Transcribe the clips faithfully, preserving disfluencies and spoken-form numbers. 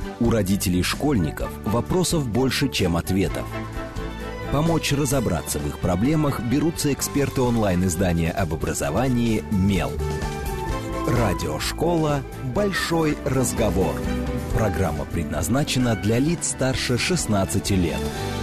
У родителей школьников вопросов больше, чем ответов. Помочь разобраться в их проблемах берутся эксперты онлайн-издания об образовании «Мел». Радиошкола «Большой разговор». Программа предназначена для лиц старше шестнадцати лет.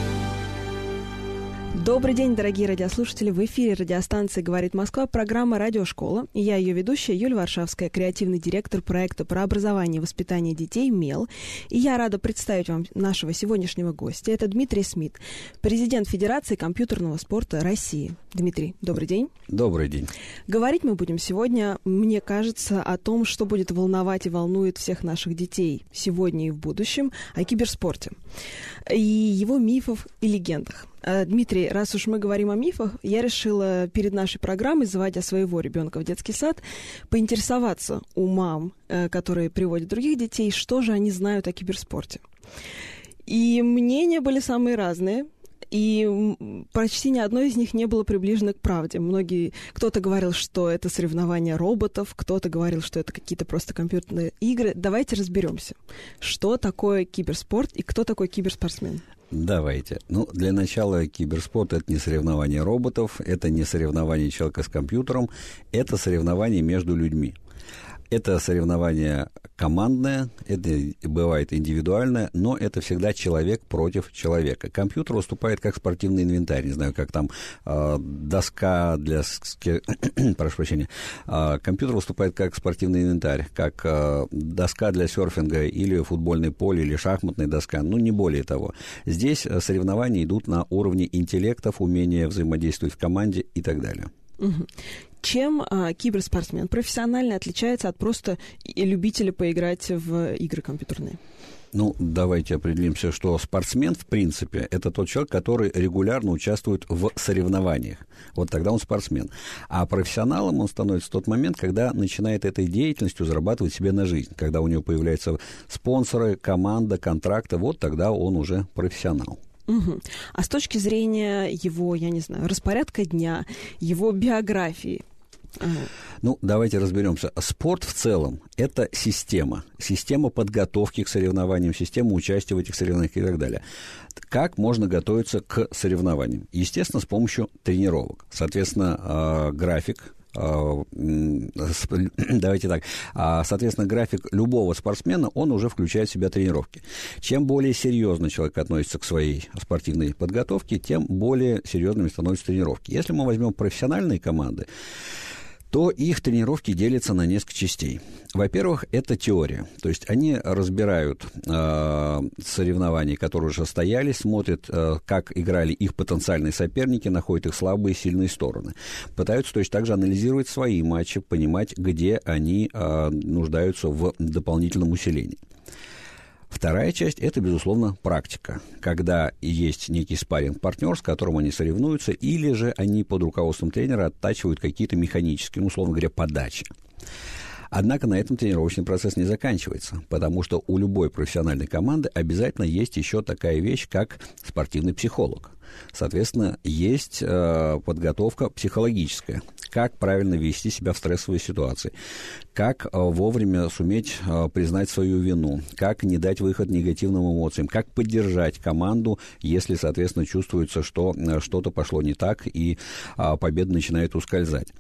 Добрый день, дорогие радиослушатели. В эфире радиостанции «Говорит Москва» программа «Радиошкола». И я, ее ведущая, Юлия Варшавская, креативный директор проекта про образование и воспитание детей «Мел». И я рада представить вам нашего сегодняшнего гостя. Это Дмитрий Смит, президент Федерации компьютерного спорта России. Дмитрий, добрый день. Добрый день. Говорить мы будем сегодня, мне кажется, о том, что будет волновать и волнует всех наших детей сегодня и в будущем, о киберспорте и его мифах и легендах. Дмитрий, раз уж мы говорим о мифах, я решила перед нашей программой, заводя своего ребенка в детский сад, поинтересоваться у мам, которые приводят других детей, что же они знают о киберспорте. И мнения были самые разные. И почти ни одно из них не было приближено к правде. Многие, кто-то говорил, что это соревнования роботов, кто-то говорил, что это какие-то просто компьютерные игры. Давайте разберемся, что такое киберспорт и кто такой киберспортсмен. Давайте. Ну, для начала киберспорт – это не соревнование роботов, это не соревнование человека с компьютером, это соревнование между людьми. Это соревнование командное, это бывает индивидуальное, но это всегда человек против человека. Компьютер выступает как спортивный инвентарь, не знаю, как там э, доска для... Прошу прощения. Э, компьютер выступает как спортивный инвентарь, как э, доска для серфинга или футбольное поле, или шахматная доска, ну, не более того. Здесь соревнования идут на уровне интеллектов, умения взаимодействовать в команде и так далее. Угу. Чем а, киберспортсмен профессионально отличается от просто любителя поиграть в игры компьютерные? Ну, давайте определимся, что спортсмен, в принципе, это тот человек, который регулярно участвует в соревнованиях. Вот тогда он спортсмен. А профессионалом он становится в тот момент, когда начинает этой деятельностью зарабатывать себе на жизнь. Когда у него появляются спонсоры, команда, контракты, вот тогда он уже профессионал. Угу. А с точки зрения его, я не знаю, распорядка дня, его биографии? Ага. Ну, давайте разберемся. Спорт в целом – это система. Система подготовки к соревнованиям, система участия в этих соревнованиях и так далее. Как можно готовиться к соревнованиям? Естественно, с помощью тренировок. Соответственно, график. Давайте так. Соответственно, график любого спортсмена, он уже включает в себя тренировки. Чем более серьезно человек относится к своей спортивной подготовке, тем более серьезными становятся тренировки. Если мы возьмем профессиональные команды, то их тренировки делятся на несколько частей. Во-первых, это теория. То есть они разбирают э, соревнования, которые уже состоялись, смотрят, э, как играли их потенциальные соперники, находят их слабые и сильные стороны. Пытаются точно так же анализировать свои матчи, понимать, где они э, нуждаются в дополнительном усилении. Вторая часть – это, безусловно, практика, когда есть некий спарринг-партнер, с которым они соревнуются, или же они под руководством тренера оттачивают какие-то механические, ну, условно говоря, подачи. Однако на этом тренировочный процесс не заканчивается, потому что у любой профессиональной команды обязательно есть еще такая вещь, как спортивный психолог. Соответственно, есть э, подготовка психологическая. Как правильно вести себя в стрессовой ситуации, как э, вовремя суметь э, признать свою вину, как не дать выход негативным эмоциям, как поддержать команду, если, соответственно, чувствуется, что э, что-то пошло не так и э, победа начинает ускользать.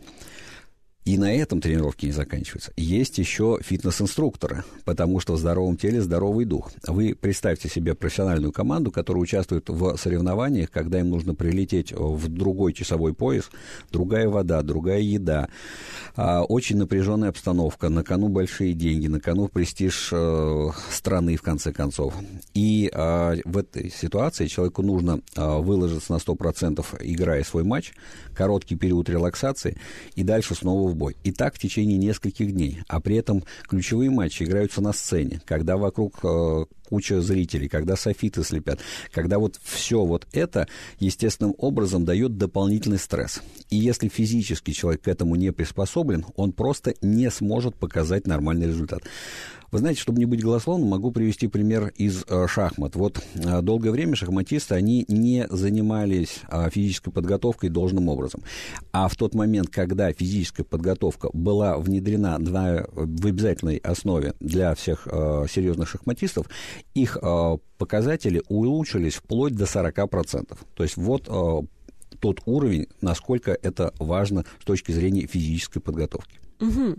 И на этом тренировки не заканчиваются. Есть еще фитнес-инструкторы, потому что в здоровом теле здоровый дух. Вы представьте себе профессиональную команду, которая участвует в соревнованиях, когда им нужно прилететь в другой часовой пояс, другая вода, другая еда, очень напряженная обстановка, на кону большие деньги, на кону престиж страны, в конце концов. И в этой ситуации человеку нужно выложиться на сто процентов, играя свой матч, короткий период релаксации, и дальше снова в бой. И так в течение нескольких дней. А при этом ключевые матчи играются на сцене, когда вокруг э, куча зрителей, когда софиты слепят, когда вот все вот это естественным образом дает дополнительный стресс. И если физически человек к этому не приспособлен, он просто не сможет показать нормальный результат. Вы знаете, чтобы не быть голословным, могу привести пример из э, шахмат. Вот э, долгое время шахматисты, они не занимались э, физической подготовкой должным образом. А в тот момент, когда физическая подготовка была внедрена на, в обязательной основе для всех э, серьезных шахматистов, их э, показатели улучшились вплоть до сорок процентов. То есть вот э, тот уровень, насколько это важно с точки зрения физической подготовки. Угу.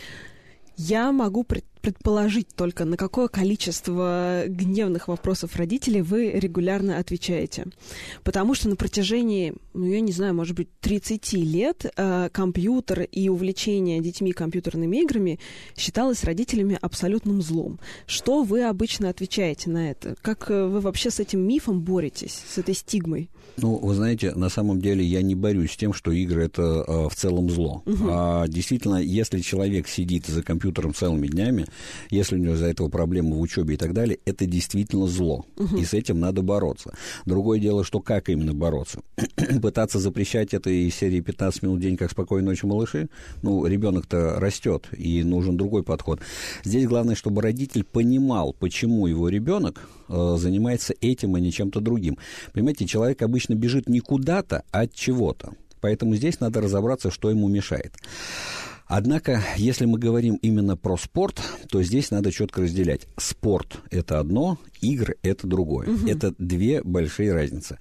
Я могу предположить только, на какое количество гневных вопросов родителей вы регулярно отвечаете. Потому что на протяжении, ну, я не знаю, может быть, тридцать лет э, компьютер и увлечение детьми компьютерными играми считалось родителями абсолютным злом. Что вы обычно отвечаете на это? Как вы вообще с этим мифом боретесь, с этой стигмой? Ну, вы знаете, на самом деле я не борюсь с тем, что игры — это э, в целом зло. Угу. А, действительно, если человек сидит за компьютером целыми днями, если у него из-за этого проблемы в учебе и так далее, это действительно зло. Угу. И с этим надо бороться. Другое дело, что как именно бороться? Пытаться запрещать это из серии пятнадцать минут в день, как «Спокойной ночи, малыши». Ну, ребенок-то растет, и нужен другой подход. Здесь главное, чтобы родитель понимал, почему его ребенок э, занимается этим, а не чем-то другим. Понимаете, человек обычно бежит не куда-то, а от чего-то. Поэтому здесь надо разобраться, что ему мешает. Однако, если мы говорим именно про спорт, то здесь надо четко разделять. Спорт – это одно, игры – это другое. Угу. Это две большие разницы.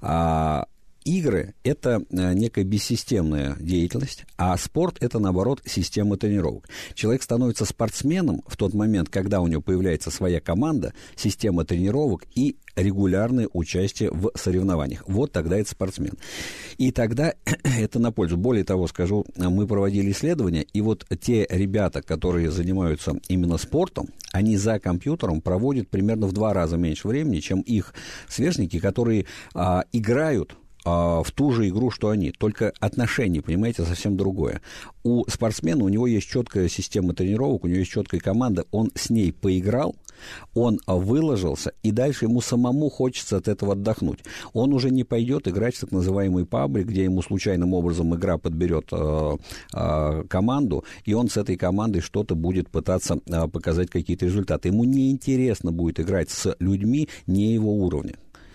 А игры – это некая бессистемная деятельность, а спорт – это, наоборот, система тренировок. Человек становится спортсменом в тот момент, когда у него появляется своя команда, система тренировок и регулярное участие в соревнованиях. Вот тогда это спортсмен. И тогда это на пользу. Более того, скажу, мы проводили исследования, и вот те ребята, которые занимаются именно спортом, они за компьютером проводят примерно в два раза меньше времени, чем их сверстники, которые а, играют в ту же игру, что они. Только отношение, понимаете, совсем другое. У спортсмена, у него есть четкая система тренировок, у него есть четкая команда, он с ней поиграл, он выложился, и дальше ему самому хочется от этого отдохнуть. Он уже не пойдет играть в так называемый паблик, где ему случайным образом игра подберет э, э, команду, и он с этой командой что-то будет пытаться э, показать какие-то результаты. Ему неинтересно будет играть с людьми не его уровня.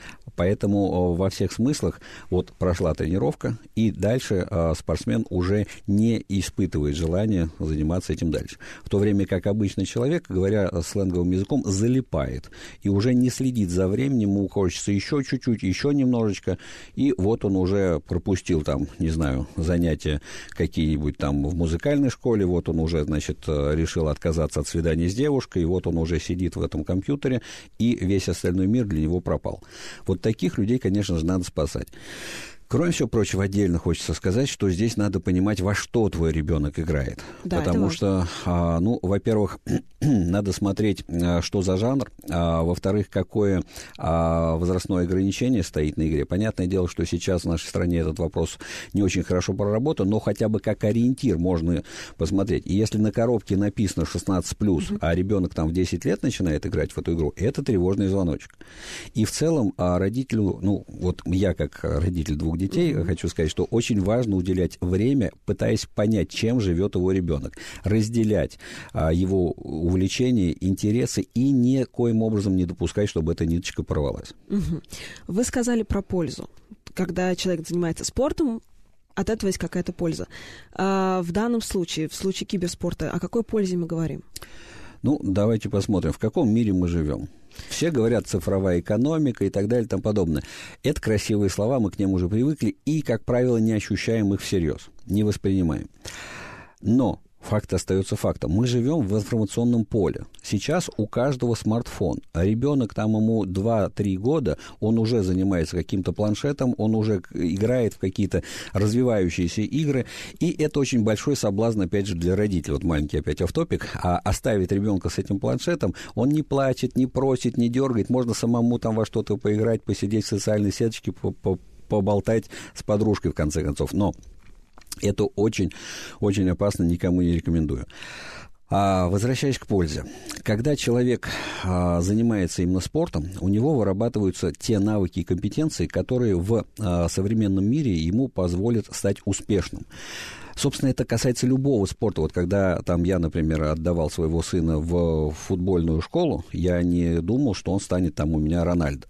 Поэтому во всех смыслах вот прошла тренировка, и дальше э, спортсмен уже не испытывает желания заниматься этим дальше. В то время как обычный человек, говоря сленговым языком, залипает и уже не следит за временем, ему хочется еще чуть-чуть, еще немножечко, и вот он уже пропустил там, не знаю, занятия какие-нибудь там в музыкальной школе, вот он уже, значит, решил отказаться от свидания с девушкой, и вот он уже сидит в этом компьютере, и весь остальной мир для него пропал. Вот таких людей, конечно же, надо спасать. Кроме всего прочего, отдельно хочется сказать, что здесь надо понимать, во что твой ребенок играет. Да, потому что, а, ну, во-первых, надо смотреть, что за жанр, а, во-вторых, какое а, возрастное ограничение стоит на игре. Понятное дело, что сейчас в нашей стране этот вопрос не очень хорошо проработан, но хотя бы как ориентир можно посмотреть. И если на коробке написано шестнадцать плюс, mm-hmm. а ребенок там в десять лет начинает играть в эту игру, это тревожный звоночек. И в целом а, родителю, ну, вот я как родитель двух детей, mm-hmm. хочу сказать, что очень важно уделять время, пытаясь понять, чем живет его ребенок, разделять а, его увлечения, интересы и никоим образом не допускать, чтобы эта ниточка порвалась. Mm-hmm. Вы сказали про пользу. Когда человек занимается спортом, от этого есть какая-то польза. А в данном случае, в случае киберспорта, о какой пользе мы говорим? Ну, давайте посмотрим, в каком мире мы живем. Все говорят цифровая экономика и так далее и тому подобное. Это красивые слова, мы к ним уже привыкли и, как правило, не ощущаем их всерьез, не воспринимаем. Но факт остается фактом. Мы живем в информационном поле. Сейчас у каждого смартфон. А ребенок, там ему два-три года, он уже занимается каким-то планшетом, он уже играет в какие-то развивающиеся игры. И это очень большой соблазн, опять же, для родителей. Вот маленький опять офф-топик. А оставить ребенка с этим планшетом, он не плачет, не просит, не дергает. Можно самому там во что-то поиграть, посидеть в социальной сеточке, поболтать с подружкой, в конце концов. Но это очень, очень опасно, никому не рекомендую. А, возвращаясь к пользе. Когда человек а, занимается именно спортом, у него вырабатываются те навыки и компетенции, которые в а, современном мире ему позволят стать успешным. Собственно, это касается любого спорта. Вот когда там я, например, отдавал своего сына в футбольную школу, я не думал, что он станет там у меня Рональдо.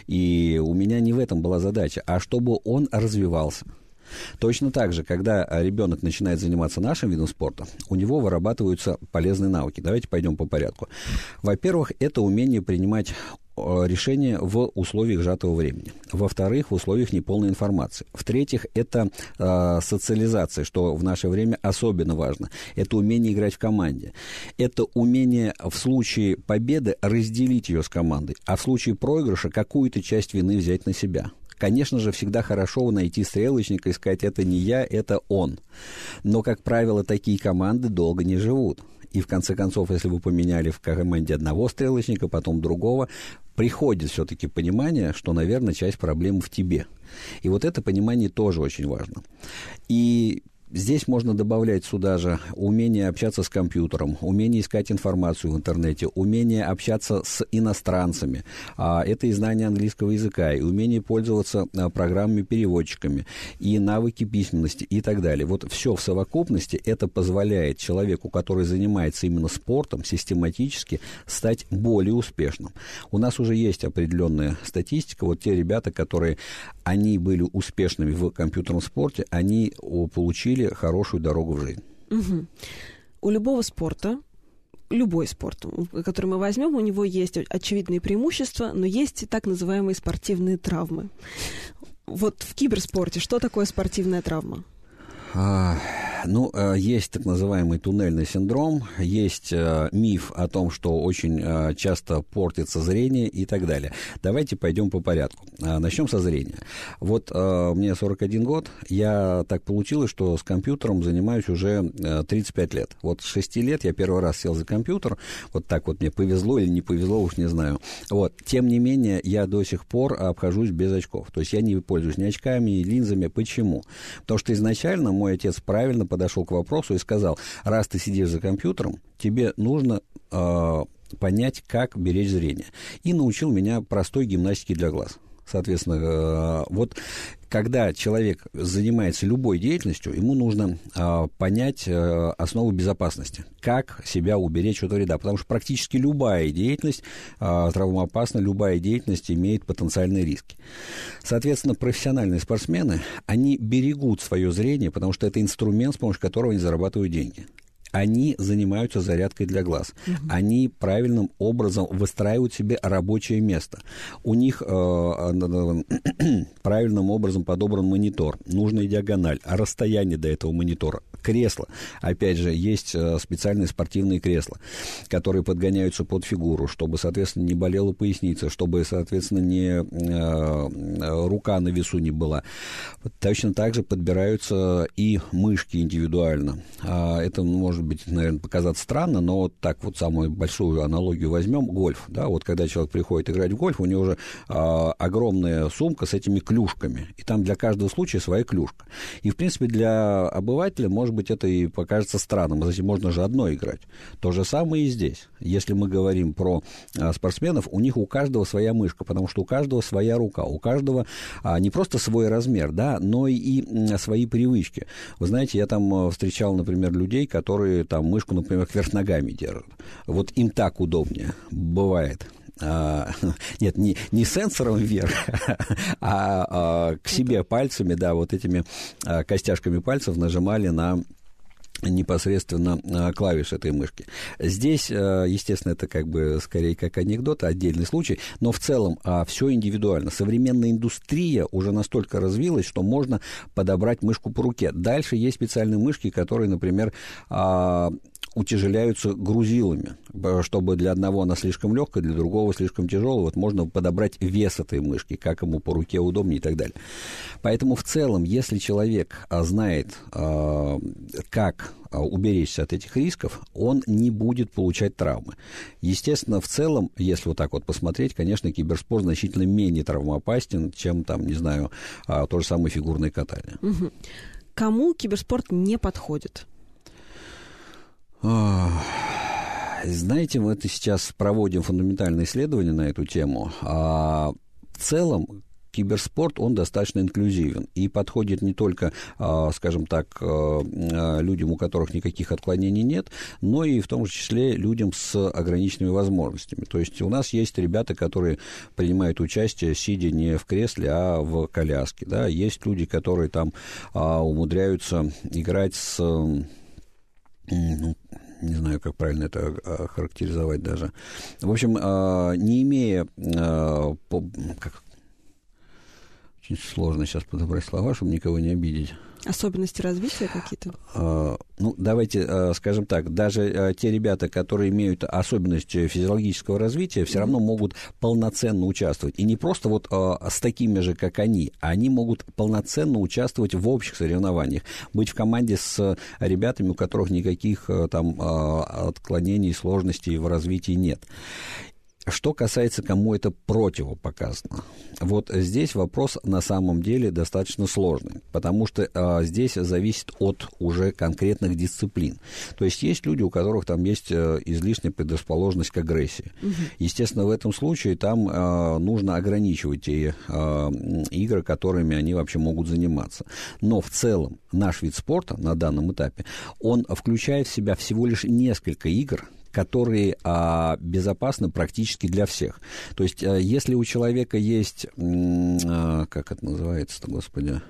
И у меня не в этом была задача, а чтобы он развивался. Точно так же, когда ребенок начинает заниматься нашим видом спорта, у него вырабатываются полезные навыки. Давайте пойдем по порядку. Во-первых, это умение принимать решения в условиях сжатого времени. Во-вторых, в условиях неполной информации. В-третьих, это э, социализация, что в наше время особенно важно. Это умение играть в команде. Это умение в случае победы разделить ее с командой, а в случае проигрыша какую-то часть вины взять на себя. Конечно же, всегда хорошо найти стрелочника и сказать, это не я, это он. Но, как правило, такие команды долго не живут. И, в конце концов, если вы поменяли в команде одного стрелочника, потом другого, приходит все-таки понимание, что, наверное, часть проблем в тебе. И вот это понимание тоже очень важно. И здесь можно добавлять сюда же умение общаться с компьютером, умение искать информацию в интернете, умение общаться с иностранцами. А, это и знание английского языка, и умение пользоваться а, программами-переводчиками, и навыки письменности, и так далее. Вот все в совокупности это позволяет человеку, который занимается именно спортом, систематически стать более успешным. У нас уже есть определенная статистика. Вот те ребята, которые они были успешными в компьютерном спорте, они получили хорошую дорогу в жизнь. Угу. У любого спорта, любой спорт, который мы возьмем, у него есть очевидные преимущества, но есть и так называемые спортивные травмы. Вот в киберспорте что такое спортивная травма? А, ну, есть так называемый туннельный синдром, есть а, миф о том, что очень а, часто портится зрение и так далее. Давайте пойдем по порядку. А, начнем со зрения. Вот а, мне сорок один год, я так получилось, что с компьютером занимаюсь уже а, тридцать пять лет. Вот с шести лет я первый раз сел за компьютер, вот так вот мне повезло или не повезло, уж не знаю. Вот. Тем не менее, я до сих пор обхожусь без очков. То есть я не пользуюсь ни очками, ни линзами. Почему? Потому что изначально мой отец правильно подошел к вопросу и сказал, раз ты сидишь за компьютером, тебе нужно э, понять, как беречь зрение. И научил меня простой гимнастике для глаз. Соответственно, э, вот когда человек занимается любой деятельностью, ему нужно э, понять э, основу безопасности, как себя уберечь от вреда, потому что практически любая деятельность э, травмоопасна, любая деятельность имеет потенциальные риски. Соответственно, профессиональные спортсмены, они берегут свое зрение, потому что это инструмент, с помощью которого они зарабатывают деньги. Они занимаются зарядкой для глаз. Uh-huh. Они правильным образом выстраивают себе рабочее место. У них э, правильным образом подобран монитор, нужная диагональ, расстояние до этого монитора, кресло. Опять же, есть специальные спортивные кресла, которые подгоняются под фигуру, чтобы, соответственно, не болела поясница, чтобы, соответственно, не, э, рука на весу не была. Точно так же подбираются и мышки индивидуально. Это может быть, наверное, показаться странно, но вот так вот самую большую аналогию возьмем, гольф, да, вот когда человек приходит играть в гольф, у него уже а, огромная сумка с этими клюшками, и там для каждого случая своя клюшка. И, в принципе, для обывателя, может быть, это и покажется странным, затем можно же одной играть. То же самое и здесь. Если мы говорим про а, спортсменов, у них у каждого своя мышка, потому что у каждого своя рука, у каждого а, не просто свой размер, да, но и, и свои привычки. Вы знаете, я там встречал, например, людей, которые там мышку, например, кверх ногами держат. Вот им так удобнее. Бывает. А, нет, не, не сенсором вверх, а, а к себе пальцами, да, вот этими а, костяшками пальцев нажимали на непосредственно а, клавиши этой мышки. Здесь, а, естественно, это как бы скорее как анекдот, отдельный случай, но в целом а, все индивидуально. Современная индустрия уже настолько развилась, что можно подобрать мышку по руке. Дальше есть специальные мышки, которые, например, а, утяжеляются грузилами, чтобы для одного она слишком легкая, для другого слишком тяжелая. Вот можно подобрать вес этой мышки, как ему по руке удобнее и так далее. Поэтому в целом, если человек знает, как уберечься от этих рисков, он не будет получать травмы. Естественно, в целом, если вот так вот посмотреть, конечно, киберспорт значительно менее травмоопасен, чем, там, не знаю, то же самое фигурное катание. Угу. Кому киберспорт не подходит? Знаете, мы это сейчас проводим фундаментальные исследования на эту тему. А в целом, киберспорт, он достаточно инклюзивен и подходит не только, скажем так, людям, у которых никаких отклонений нет, но и в том же числе людям с ограниченными возможностями. То есть у нас есть ребята, которые принимают участие, сидя не в кресле, а в коляске. Да? Есть люди, которые там умудряются играть с... Ну, не знаю, как правильно это характеризовать даже. В общем, не имея... Как, очень сложно сейчас подобрать слова, чтобы никого не обидеть. Особенности развития какие-то? А, ну, давайте а, скажем так, даже а, те ребята, которые имеют особенности физиологического развития, все mm-hmm. равно могут полноценно участвовать. И не просто вот а, с такими же, как они, а они могут полноценно участвовать в общих соревнованиях, быть в команде с ребятами, у которых никаких а, там а, отклонений, сложностей в развитии нет. Что касается, кому это противопоказано, вот здесь вопрос на самом деле достаточно сложный, потому что а, здесь зависит от уже конкретных дисциплин. То есть есть люди, у которых там есть а, излишняя предрасположенность к агрессии. Угу. Естественно, в этом случае там а, нужно ограничивать те а, игры, которыми они вообще могут заниматься. Но в целом наш вид спорта на данном этапе, он включает в себя всего лишь несколько игр, которые а, безопасны практически для всех. То есть, а, если у человека есть, а, как это называется-то, господи,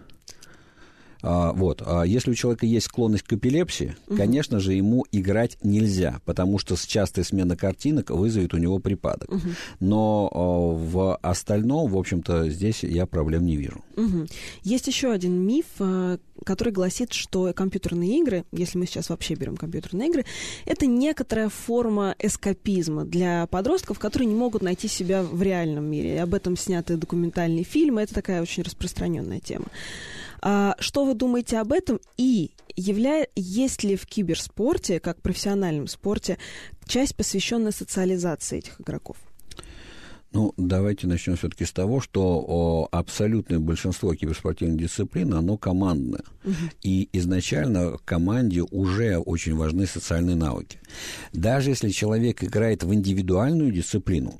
а, вот, а если у человека есть склонность к эпилепсии, угу. конечно же, ему играть нельзя, потому что частая смена картинок вызовет у него припадок. Угу. Но а, в остальном, в общем-то, здесь я проблем не вижу. Угу. Есть еще один миф, который гласит, что компьютерные игры, если мы сейчас вообще берем компьютерные игры, это некоторая форма эскапизма для подростков, которые не могут найти себя в реальном мире. И об этом сняты документальные фильмы. Это такая очень распространенная тема. А, что вы думаете об этом? И явля... есть ли в киберспорте, как профессиональном спорте, часть, посвященная социализации этих игроков? Ну, давайте начнем все-таки с того, что о, абсолютное большинство киберспортивных дисциплин, оно командное. Угу. И изначально в команде уже очень важны социальные навыки. Даже если человек играет в индивидуальную дисциплину,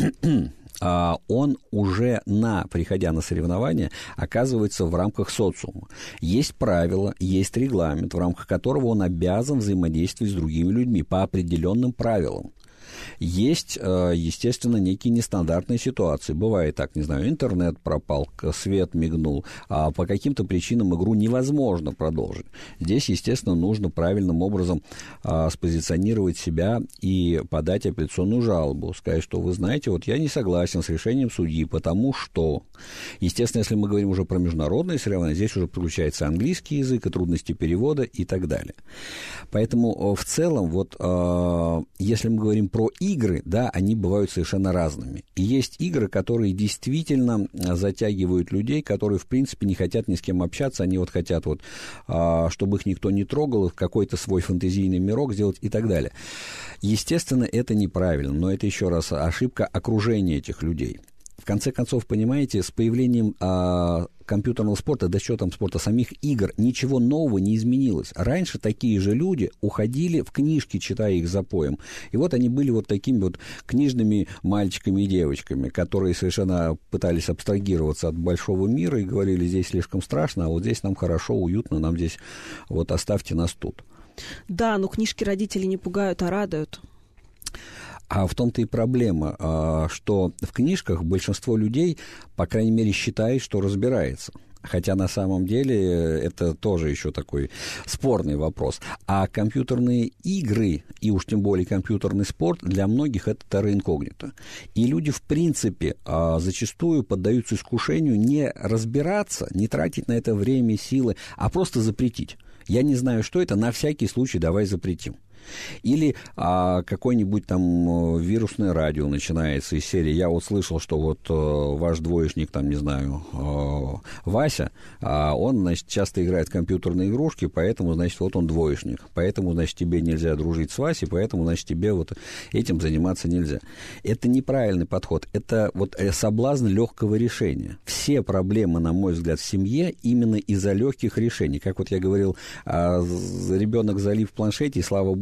он уже, на, приходя на соревнования, оказывается в рамках социума. Есть правила, есть регламент, в рамках которого он обязан взаимодействовать с другими людьми по определенным правилам. Есть, естественно, некие нестандартные ситуации. Бывает так, не знаю, интернет пропал, свет мигнул, а по каким-то причинам игру невозможно продолжить. Здесь, естественно, нужно правильным образом а, спозиционировать себя и подать апелляционную жалобу. Сказать, что вы знаете, вот я не согласен с решением судьи, потому что... Естественно, если мы говорим уже про международные соревнования, здесь уже включается английский язык и трудности перевода и так далее. Поэтому в целом, вот а, если мы говорим про игры, да, они бывают совершенно разными. И есть игры, которые действительно затягивают людей, которые, в принципе, не хотят ни с кем общаться, они вот хотят, вот, чтобы их никто не трогал, какой-то свой фантазийный мирок сделать и так далее. Естественно, это неправильно, но это, еще раз, ошибка окружения этих людей. В конце концов, понимаете, с появлением а, компьютерного спорта, да что там спорта, самих игр, ничего нового не изменилось. Раньше такие же люди уходили в книжки, читая их запоем. И вот они были вот такими вот книжными мальчиками и девочками, которые совершенно пытались абстрагироваться от большого мира и говорили, здесь слишком страшно, а вот здесь нам хорошо, уютно, нам здесь вот оставьте нас тут. Да, но книжки родителей не пугают, а радуют. А в том-то и проблема, что в книжках большинство людей, по крайней мере, считает, что разбирается. Хотя на самом деле это тоже еще такой спорный вопрос. А компьютерные игры, и уж тем более компьютерный спорт, для многих это терра инкогнито. И люди, в принципе, зачастую поддаются искушению не разбираться, не тратить на это время и силы, а просто запретить. Я не знаю, что это, на всякий случай давай запретим. Или а, какое-нибудь там вирусное радио начинается из серии. Я вот слышал, что вот а, ваш двоечник, там, не знаю, а, Вася, а он, значит, часто играет в компьютерные игрушки, поэтому, значит, вот он двоечник. Поэтому, значит, тебе нельзя дружить с Васей, поэтому, значит, тебе вот этим заниматься нельзя. Это неправильный подход. Это вот соблазн легкого решения. Все проблемы, на мой взгляд, в семье именно из-за легких решений. Как вот я говорил, а, ребенок залив в планшете, и слава богу,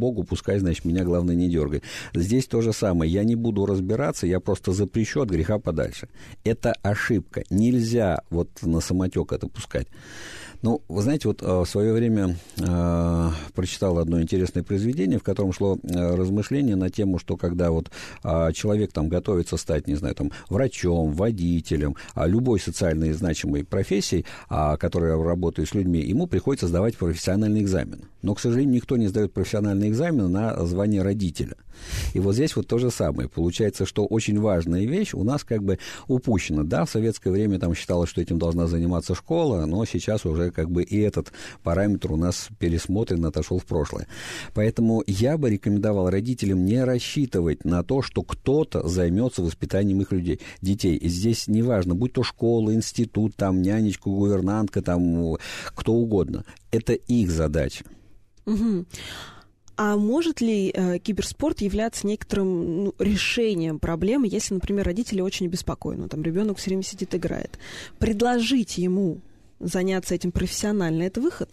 богу, пускай, значит, меня, главное, не дергай. Здесь то же самое. Я не буду разбираться, я просто запрещу от греха подальше. Это ошибка. Нельзя вот на самотек это пускать. Ну, вы знаете, вот в свое время э, прочитал одно интересное произведение, в котором шло э, размышление на тему, что когда вот э, человек там готовится стать, не знаю, там, врачом, водителем, э, любой социальной значимой профессией, э, которая работает с людьми, ему приходится сдавать профессиональный экзамен. Но, к сожалению, никто не сдает профессиональный экзамен на звание родителя. И вот здесь вот то же самое. Получается, что очень важная вещь у нас как бы упущена. Да, в советское время там считалось, что этим должна заниматься школа, но сейчас уже как бы и этот параметр у нас пересмотрен, отошел в прошлое. Поэтому я бы рекомендовал родителям не рассчитывать на то, что кто-то займется воспитанием их людей, детей. И здесь неважно, будь то школа, институт, там, нянечка, гувернантка, там, кто угодно. Это их задача. Угу. А может ли э, киберспорт являться некоторым ну, решением проблемы, если, например, родители очень обеспокоены, там ребенок все время сидит, играет? Предложить ему заняться этим профессионально — это выход?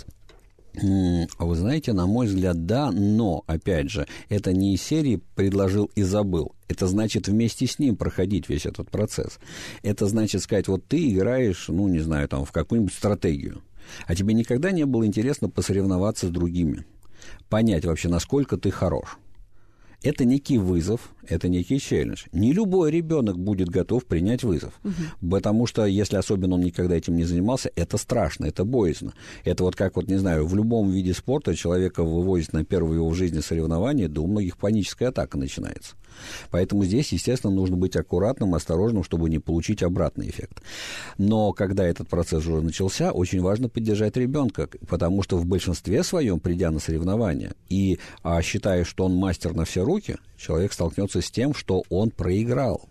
Вы знаете, на мой взгляд, да, но, опять же, это не из серии «предложил и забыл». Это значит вместе с ним проходить весь этот процесс. Это значит сказать, вот ты играешь, ну, не знаю, там, в какую-нибудь стратегию, а тебе никогда не было интересно посоревноваться с другими, понять вообще, насколько ты хорош. Это некий вызов, это некий челлендж. Не любой ребенок будет готов принять вызов, угу. потому что, если особенно он никогда этим не занимался, это страшно, это боязно. Это вот как, вот не знаю, в любом виде спорта человека вывозят на первое его в жизни соревнование, да у многих паническая атака начинается. Поэтому здесь, естественно, нужно быть аккуратным, осторожным, чтобы не получить обратный эффект. Но когда этот процесс уже начался, очень важно поддержать ребенка, потому что в большинстве своем, придя на соревнования и а, считая, что он мастер на все руки, человек столкнется с тем, что он проиграл.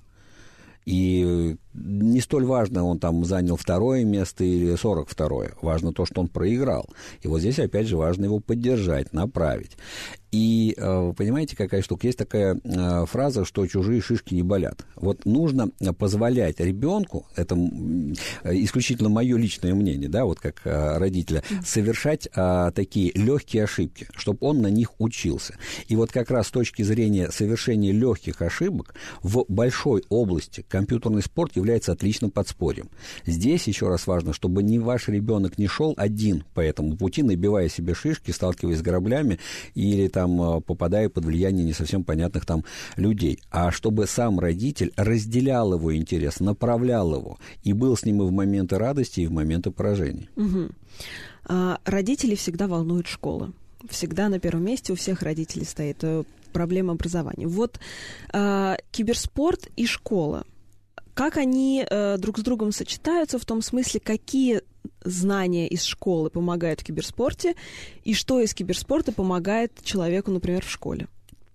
И не столь важно, он там занял второе место или сорок второе. Важно то, что он проиграл. И вот здесь, опять же, важно его поддержать, направить. И вы понимаете, какая штука? Есть такая фраза, что чужие шишки не болят. Вот нужно позволять ребенку, это исключительно мое личное мнение, да, вот как родителя, совершать такие легкие ошибки, чтобы он на них учился. И вот как раз с точки зрения совершения легких ошибок в большой области компьютерный спорт является отличным подспорьем. Здесь еще раз важно, чтобы ни ваш ребенок не шел один по этому пути, набивая себе шишки, сталкиваясь с граблями или там попадая под влияние не совсем понятных там людей, а чтобы сам родитель разделял его интерес, направлял его и был с ним и в моменты радости, и в моменты поражений. Угу. А, родителей всегда волнует школа. Всегда на первом месте у всех родителей стоит проблема образования. Вот а, киберспорт и школа. Как они э, друг с другом сочетаются, в том смысле, какие знания из школы помогают в киберспорте, и что из киберспорта помогает человеку, например, в школе?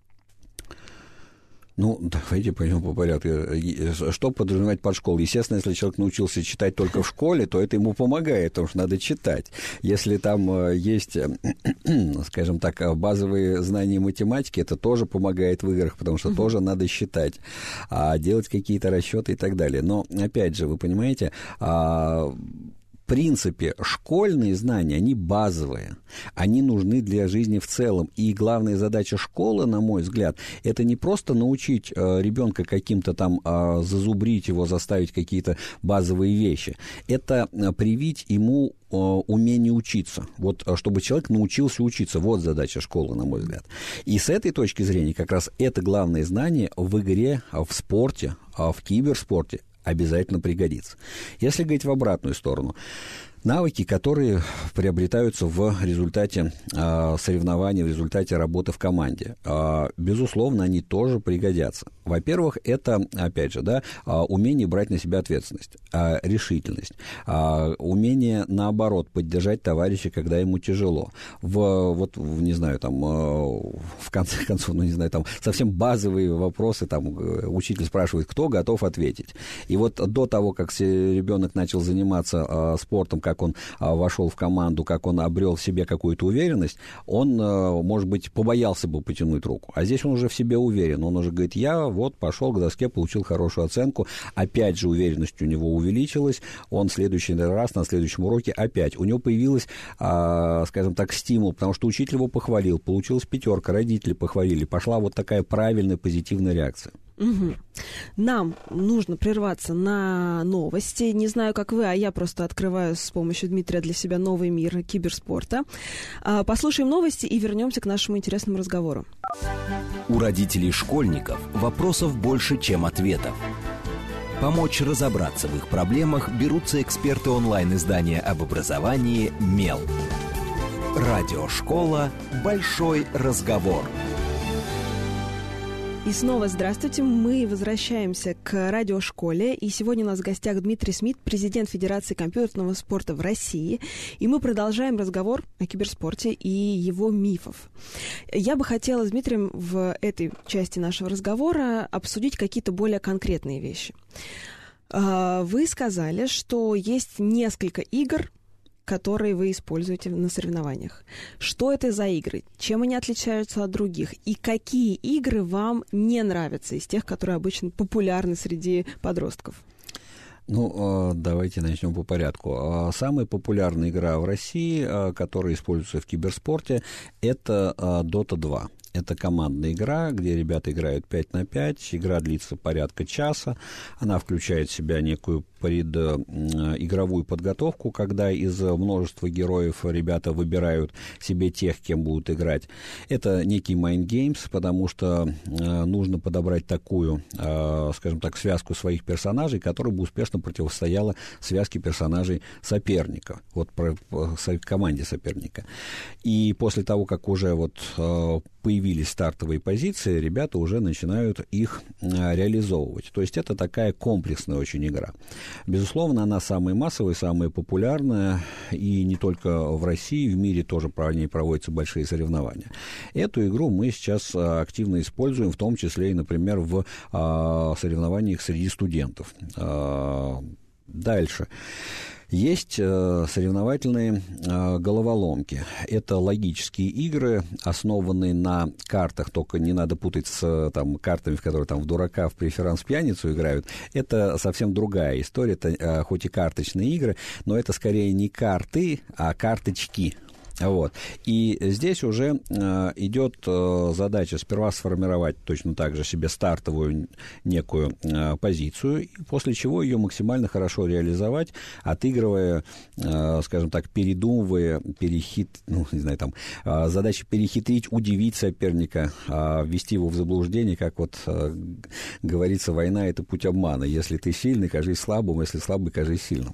Ну, давайте пойдем по порядку. Что подразумевать под школу? Естественно, если человек научился читать только в школе, то это ему помогает, потому что надо читать. Если там есть, скажем так, базовые знания математики, это тоже помогает в играх, потому что uh-huh. тоже надо считать, а делать какие-то расчеты и так далее. Но, опять же, вы понимаете, в принципе, школьные знания, они базовые, они нужны для жизни в целом. И главная задача школы, на мой взгляд, это не просто научить э, ребенка каким-то там, э, зазубрить его, заставить какие-то базовые вещи. Это э, привить ему э, умение учиться. Вот, чтобы человек научился учиться. Вот задача школы, на мой взгляд. И с этой точки зрения как раз это главное знание в игре, в спорте, в киберспорте обязательно пригодится. Если говорить в обратную сторону, навыки, которые приобретаются в результате э, соревнований, в результате работы в команде, э, безусловно, они тоже пригодятся. Во-первых, это, опять же, да, э, умение брать на себя ответственность, э, решительность, э, умение, наоборот, поддержать товарища, когда ему тяжело. В, вот, в, не знаю, там, э, в конце концов, ну, не знаю, там, совсем базовые вопросы, там, учитель спрашивает, кто готов ответить. И вот до того, как ребенок начал заниматься э, спортом, как он а, вошел в команду, как он обрел в себе какую-то уверенность, он, а, может быть, побоялся бы потянуть руку. А здесь он уже в себе уверен. Он уже говорит, я вот пошел к доске, получил хорошую оценку. Опять же, уверенность у него увеличилась. Он в следующий раз, на следующем уроке опять. У него появилась, а, скажем так, стимул, потому что учитель его похвалил, получилась пятерка, родители похвалили. Пошла вот такая правильная, позитивная реакция. Угу. Нам нужно прерваться на новости. Не знаю, как вы, а я просто открываю с помощью Дмитрия для себя новый мир киберспорта. Послушаем новости и вернемся к нашему интересному разговору. У родителей школьников вопросов больше, чем ответов. Помочь разобраться в их проблемах берутся эксперты онлайн-издания об образовании «Мел». Радиошкола «Большой разговор». И снова здравствуйте. Мы возвращаемся к радиошколе. И сегодня у нас в гостях Дмитрий Смит, президент Федерации компьютерного спорта в России. И мы продолжаем разговор о киберспорте и его мифов. Я бы хотела с Дмитрием в этой части нашего разговора обсудить какие-то более конкретные вещи. Вы сказали, что есть несколько игр, которые вы используете на соревнованиях. Что это за игры? Чем они отличаются от других? И какие игры вам не нравятся из тех, которые обычно популярны среди подростков? Ну, давайте начнем по порядку. Самая популярная игра в России, которая используется в киберспорте, это дота два. Это командная игра, где ребята играют пять на пять. Игра длится порядка часа. Она включает в себя некую предигровую подготовку, когда из множества героев ребята выбирают себе тех, кем будут играть. Это некий mind games, потому что э, нужно подобрать такую, э, скажем так, связку своих персонажей, которая бы успешно противостояла связке персонажей соперника, вот про, по команде соперника. И после того, как уже вот э, появились стартовые позиции, ребята уже начинают их э, реализовывать. То есть это такая комплексная очень игра. Безусловно, она самая массовая, самая популярная, и не только в России, в мире тоже по ней проводятся большие соревнования. Эту игру мы сейчас активно используем, в том числе и, например, в а, соревнованиях среди студентов. А, дальше. Есть э, соревновательные э, головоломки. Это логические игры, основанные на картах, только не надо путать с там, картами, в которые там в дурака, в преферанс, в пьяницу играют. Это совсем другая история. Это э, хоть и карточные игры, но это скорее не карты, а карточки. Вот. И здесь уже э, идет э, задача сперва сформировать точно так же себе стартовую некую э, позицию, после чего ее максимально хорошо реализовать, отыгрывая, э, скажем так, передумывая, перехит, ну, не знаю, там, э, задача перехитрить, удивить соперника, э, ввести его в заблуждение, как вот э, говорится, война — это путь обмана. Если ты сильный, кажись слабым, если слабый, кажись сильным.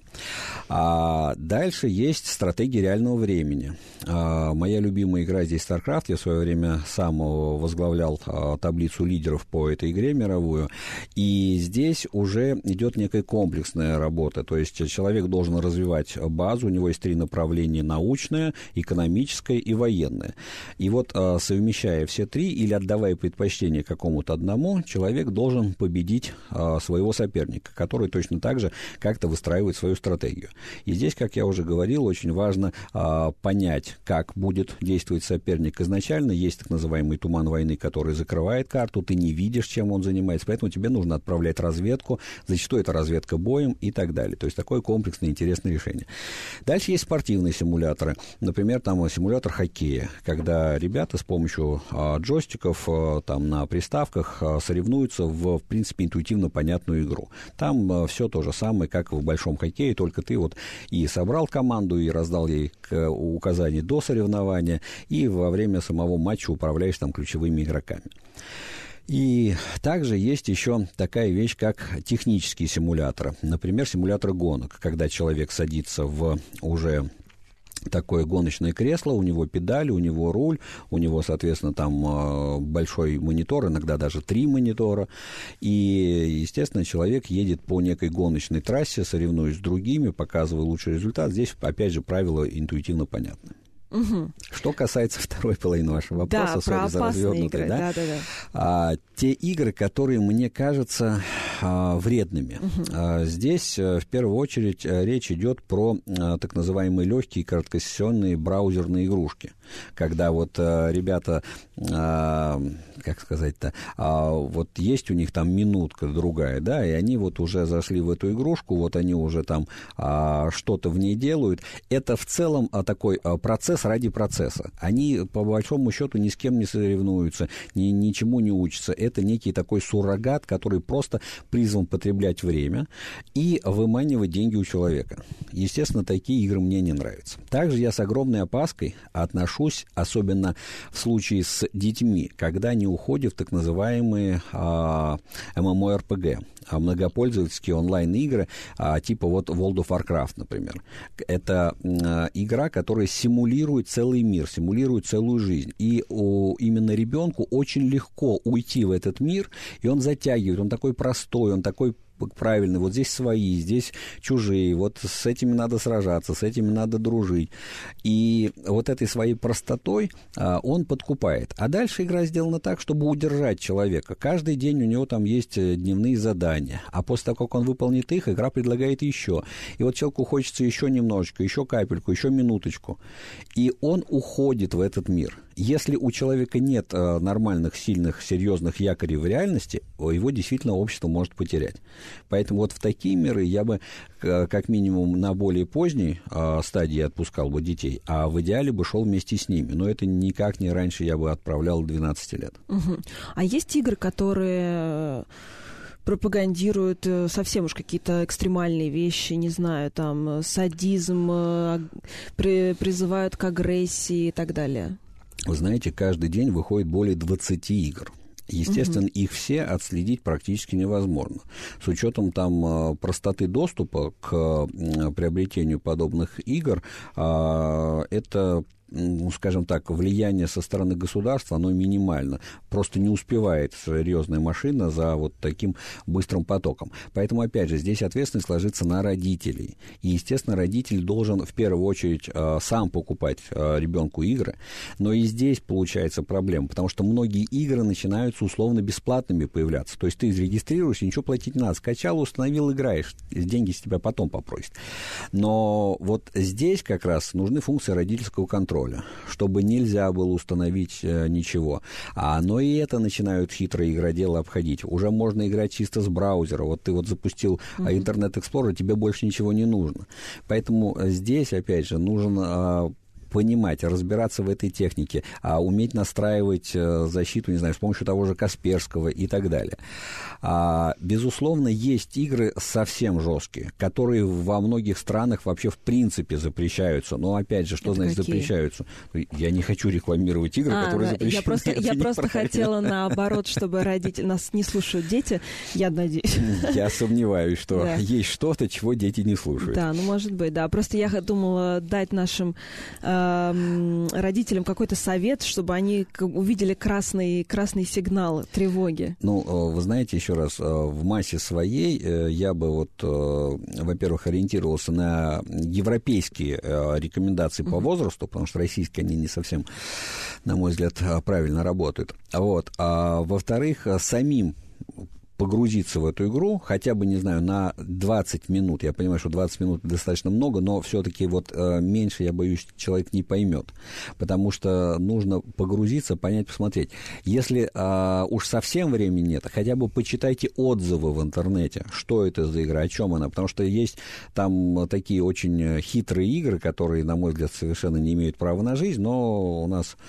А дальше есть стратегия реального времени. Моя любимая игра здесь StarCraft. Я в свое время сам возглавлял таблицу лидеров по этой игре мировую. И здесь уже идет некая комплексная работа. То есть человек должен развивать базу. У него есть три направления: научное, экономическое и военное. И вот, совмещая все три или отдавая предпочтение какому-то одному, человек должен победить своего соперника, который точно так же как-то выстраивает свою стратегию. И здесь, как я уже говорил, очень важно понять, как будет действовать соперник. Изначально есть так называемый туман войны, который закрывает карту, ты не видишь, чем он занимается, поэтому тебе нужно отправлять разведку, зачастую это разведка боем и так далее. То есть такое комплексное интересное решение. Дальше есть спортивные симуляторы. Например, там симулятор хоккея, когда ребята с помощью а, джойстиков а, там, на приставках а, соревнуются в, в принципе, интуитивно понятную игру. Там а, все то же самое, как в большом хоккее, только ты вот и собрал команду, и раздал ей указания до соревнования, и во время самого матча управляешь там ключевыми игроками. И также есть еще такая вещь, как технические симуляторы. Например, симуляторы гонок, когда человек садится в уже такое гоночное кресло, у него педали, у него руль, у него, соответственно, там большой монитор, иногда даже три монитора, и, естественно, человек едет по некой гоночной трассе, соревнуясь с другими, показывая лучший результат. Здесь, опять же, правила интуитивно понятны. Угу. Что касается второй половины вашего вопроса, да, сори за развернутый, да? Да, да, да. А, те игры, которые, мне кажется, а, вредными. Угу. А, здесь а, в первую очередь а, речь идет про а, так называемые легкие короткосессионные браузерные игрушки, когда вот а, ребята, а, как сказать-то, а, вот есть у них там минутка другая, да, и они вот уже зашли в эту игрушку, вот они уже там а, что-то в ней делают. Это в целом а, такой а, процесс ради процесса. Они по большому счету ни с кем не соревнуются, ни, ничему не учатся. Это некий такой суррогат, который просто призван потреблять время и выманивать деньги у человека. Естественно, такие игры мне не нравятся. Также я с огромной опаской отношусь, особенно в случае с детьми, когда они уходят в так называемые а, эм эм о эр пи джи, а, многопользовательские онлайн-игры, а, типа вот World of Warcraft, например. Это а, игра, которая симулирует целый мир, симулирует целую жизнь. И у, именно ребенку очень легко уйти в этот мир, и он затягивает, он такой простой, он такой правильный, вот здесь свои, здесь чужие, вот с этими надо сражаться, с этими надо дружить. И вот этой своей простотой а, он подкупает. А дальше игра сделана так, чтобы удержать человека. Каждый день у него там есть дневные задания, а после того, как он выполнит их, игра предлагает еще. И вот человеку хочется еще немножечко, еще капельку, еще минуточку. И он уходит в этот мир. Если у человека нет а, нормальных, сильных, серьезных якорей в реальности, его действительно общество может потерять. Поэтому вот в такие миры я бы как минимум на более поздней а, стадии отпускал бы детей, а в идеале бы шел вместе с ними. Но это никак не раньше я бы отправлял двенадцати лет. Угу. А есть игры, которые пропагандируют совсем уж какие-то экстремальные вещи, не знаю, там садизм, при, призывают к агрессии и так далее? Вы знаете, каждый день выходит более двадцати игр. Естественно, угу. их все отследить практически невозможно. С учетом там простоты доступа к приобретению подобных игр, это, ну, скажем так, влияние со стороны государства, оно минимально. Просто не успевает серьезная машина за вот таким быстрым потоком. Поэтому, опять же, здесь ответственность ложится на родителей. И, естественно, родитель должен в первую очередь сам покупать ребенку игры. Но и здесь получается проблема, потому что многие игры начинаются условно бесплатными появляться. То есть ты зарегистрируешься, ничего платить не надо. Скачал, установил, играешь. Деньги с тебя потом попросят. Но вот здесь как раз нужны функции родительского контроля, чтобы нельзя было установить э, ничего. А оно и это начинают хитрые игроделы обходить. Уже можно играть чисто с браузера. Вот ты вот запустил mm-hmm. Internet Explorer, тебе больше ничего не нужно. Поэтому здесь, опять же, нужен... Э, понимать, разбираться в этой технике, а уметь настраивать э, защиту, не знаю, с помощью того же Касперского и так далее. А, безусловно, есть игры совсем жесткие, которые во многих странах вообще в принципе запрещаются. Но, опять же, что Это значит какие? запрещаются? Я не хочу рекламировать игры, а, которые запрещены. Я просто, я просто хотела наоборот, чтобы родители... Нас не слушают дети, я надеюсь. Я сомневаюсь, что да. есть что-то, чего дети не слушают. Да, ну, может быть, да. Просто я думала дать нашим родителям какой-то совет, чтобы они увидели красный, красный сигнал тревоги? Ну, вы знаете, еще раз, в массе своей я бы вот, во-первых, ориентировался на европейские рекомендации по uh-huh. возрасту, потому что российские, они не совсем, на мой взгляд, правильно работают. Вот. А во-вторых, самим погрузиться в эту игру, хотя бы, не знаю, на двадцать минут. Я понимаю, что двадцать минут достаточно много, но все-таки вот э, меньше, я боюсь, человек не поймет. Потому что нужно погрузиться, понять, посмотреть. Если э, уж совсем времени нет, хотя бы почитайте отзывы в интернете, что это за игра, о чем она. Потому что есть там такие очень хитрые игры, которые, на мой взгляд, совершенно не имеют права на жизнь, но у нас...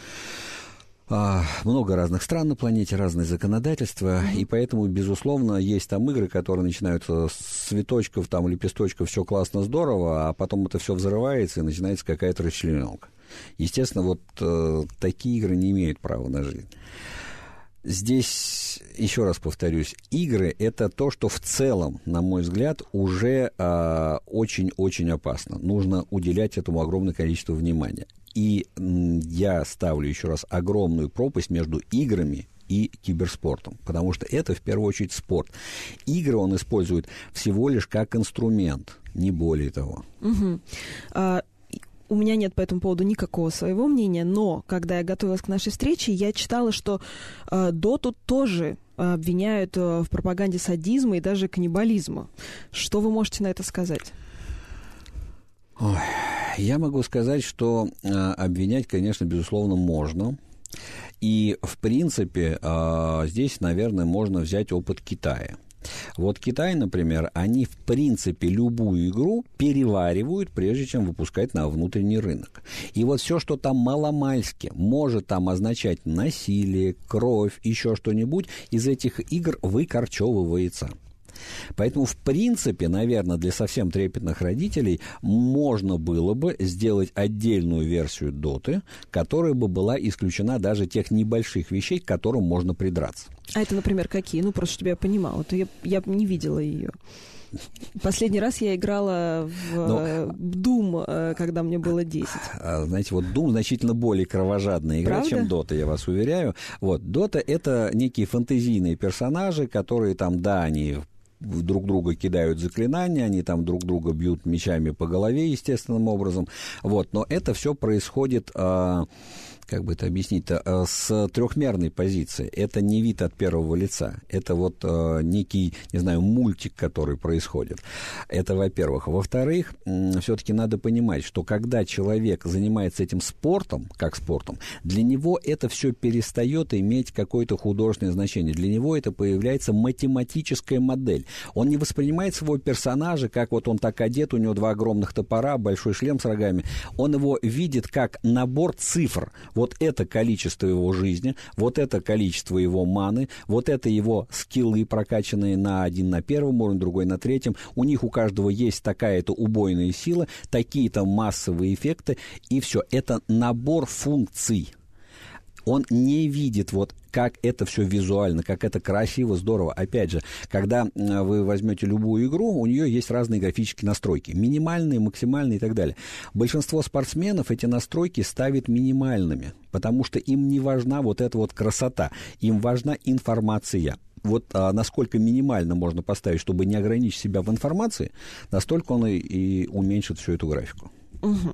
много разных стран на планете, разные законодательства, mm-hmm. и поэтому, безусловно, есть там игры, которые начинаются с цветочков, там, лепесточков, все классно, здорово, а потом это все взрывается, и начинается какая-то расчлененка. Естественно, вот э, такие игры не имеют права на жизнь. Здесь, еще раз повторюсь, игры — это то, что в целом, на мой взгляд, уже э, очень-очень опасно. Нужно уделять этому огромное количество внимания. И я ставлю еще раз огромную пропасть между играми и киберспортом, потому что это, в первую очередь, спорт. Игры он использует всего лишь как инструмент, не более того. Угу. А, у меня нет по этому поводу никакого своего мнения, но когда я готовилась к нашей встрече, я читала, что а, доту тоже обвиняют в пропаганде садизма и даже каннибализма. Что вы можете на это сказать? Ой, я могу сказать, что э, обвинять, конечно, безусловно, можно. И, в принципе, э, здесь, наверное, можно взять опыт Китая. Вот Китай, например, они, в принципе, любую игру переваривают, прежде чем выпускать на внутренний рынок. И вот все, что там маломальски может там означать насилие, кровь, еще что-нибудь, из этих игр выкорчевывается. Поэтому, в принципе, наверное, для совсем трепетных родителей можно было бы сделать отдельную версию Доты, которая бы была исключена даже тех небольших вещей, к которым можно придраться. А это, например, какие? Ну, просто чтобы я понимала. То я, я не видела ее. Последний раз я играла в Но, Doom, когда мне было десять. Знаете, вот Doom значительно более кровожадная игра, Правда? чем Dota, я вас уверяю. Вот, Dota — это некие фэнтезийные персонажи, которые там, да, они друг друга кидают заклинания, они там друг друга бьют мечами по голове естественным образом. Вот, но это все происходит... как бы это объяснить-то, с трехмерной позиции. Это не вид от первого лица. Это вот э, некий, не знаю, мультик, который происходит. Это, во-первых. Во-вторых, э, все-таки надо понимать, что когда человек занимается этим спортом, как спортом, для него это все перестает иметь какое-то художественное значение. Для него это появляется математическая модель. Он не воспринимает своего персонажа, как вот он так одет, у него два огромных топора, большой шлем с рогами. Он его видит как набор цифр. Вот это количество его жизни, вот это количество его маны, вот это его скиллы, прокачанные на один на первом уровне, другой на третьем. У них у каждого есть такая-то убойная сила, такие-то массовые эффекты, и все. Это набор функций. Он не видит, вот, как это все визуально, как это красиво, здорово. Опять же, когда вы возьмете любую игру, у нее есть разные графические настройки. Минимальные, максимальные и так далее. Большинство спортсменов эти настройки ставит минимальными, потому что им не важна вот эта вот красота. Им важна информация. Вот а, насколько минимально можно поставить, чтобы не ограничить себя в информации, настолько он и, и уменьшит всю эту графику. Угу.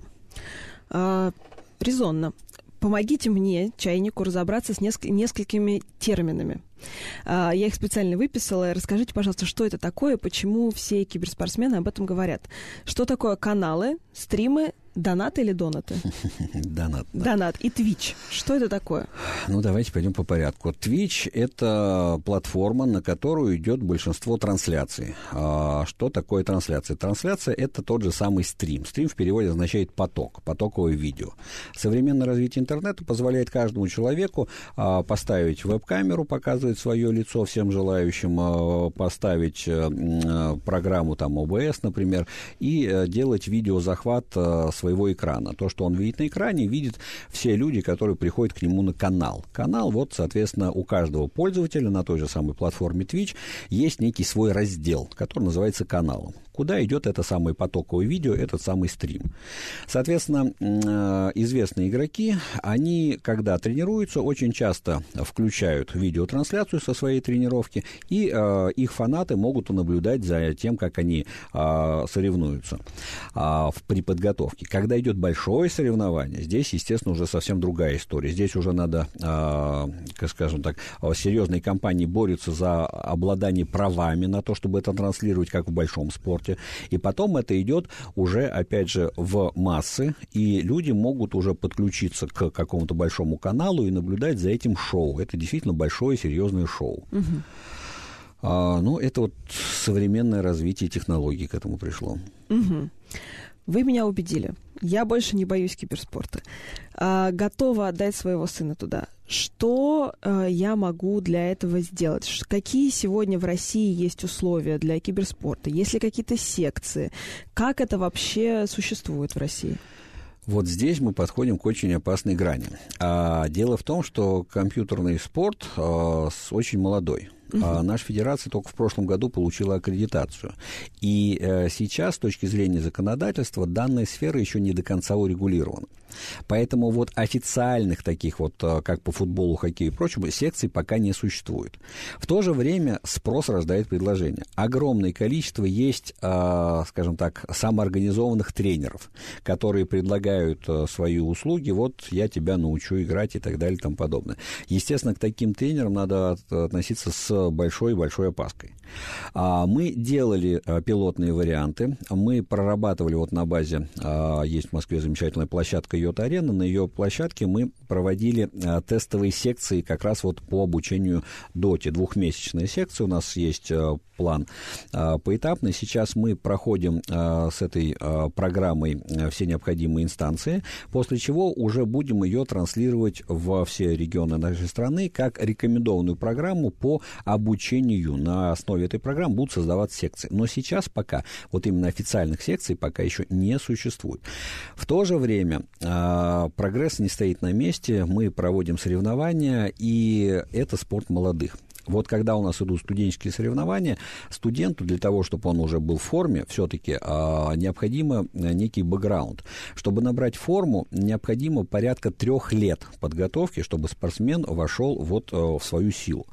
А, резонно. Помогите мне, чайнику, разобраться с неск- несколькими терминами. А, я их специально выписала. Расскажите, пожалуйста, что это такое, почему все киберспортсмены об этом говорят. Что такое каналы, стримы, донаты или донаты? Донат. Донат. И Twitch. Что это такое? Ну, давайте пойдем по порядку. Twitch — это платформа, на которую идет большинство трансляций. А что такое трансляция? Трансляция — это тот же самый стрим. Стрим в переводе означает поток, потоковое видео. Современное развитие интернета позволяет каждому человеку а, поставить веб-камеру, показывать свое лицо всем желающим, а, поставить а, программу там о бэ эс, например, и а, делать видеозахват а, своего экрана. То, что он видит на экране, видят все люди, которые приходят к нему на канал. Канал, вот, соответственно, у каждого пользователя на той же самой платформе Twitch есть некий свой раздел, который называется каналом. Куда идет это самое потоковое видео, этот самый стрим. Соответственно, известные игроки, они, когда тренируются, очень часто включают видеотрансляцию со своей тренировки, и э, их фанаты могут наблюдать за тем, как они э, соревнуются э, при подготовке. Когда идет большое соревнование, здесь, естественно, уже совсем другая история. Здесь уже надо, э, как скажем так, серьезные компании борются за обладание правами на то, чтобы это транслировать, как в большом спорте. И потом это идет уже, опять же, в массы, и люди могут уже подключиться к какому-то большому каналу и наблюдать за этим шоу. Это действительно большое, серьезное шоу. Угу. А, ну, это вот современное развитие технологий к этому пришло. Угу. Вы меня убедили. Я больше не боюсь киберспорта. А, готова отдать своего сына туда. Что а, я могу для этого сделать? Ш- какие сегодня в России есть условия для киберспорта? Есть ли какие-то секции? Как это вообще существует в России? Вот здесь мы подходим к очень опасной грани. А дело в том, что компьютерный спорт а, очень молодой. Uh-huh. А наша федерация только в прошлом году получила аккредитацию. И э, сейчас, с точки зрения законодательства, данная сфера еще не до конца урегулирована. Поэтому вот официальных таких вот, как по футболу, хоккею и прочему, секций пока не существует. В то же время спрос рождает предложение. Огромное количество есть, скажем так, самоорганизованных тренеров, которые предлагают свои услуги, вот я тебя научу играть и так далее и тому подобное. Естественно, к таким тренерам надо относиться с большой-большой опаской. Мы делали пилотные варианты, мы прорабатывали вот на базе, есть в Москве замечательная площадка Йота-Арена, на ее площадке мы проводили тестовые секции как раз вот по обучению доте, двухмесячные секции, у нас есть план поэтапный, сейчас мы проходим с этой программой все необходимые инстанции, после чего уже будем ее транслировать во все регионы нашей страны как рекомендованную программу по обучению. На основе этой программы будут создаваться секции. Но сейчас пока вот именно официальных секций пока еще не существует. В то же время э, прогресс не стоит на месте. Мы проводим соревнования, и это спорт молодых. Вот когда у нас идут студенческие соревнования, студенту для того, чтобы он уже был в форме, все-таки э, необходимо некий бэкграунд. Чтобы набрать форму, необходимо порядка трех лет подготовки, чтобы спортсмен вошел вот э, в свою силу.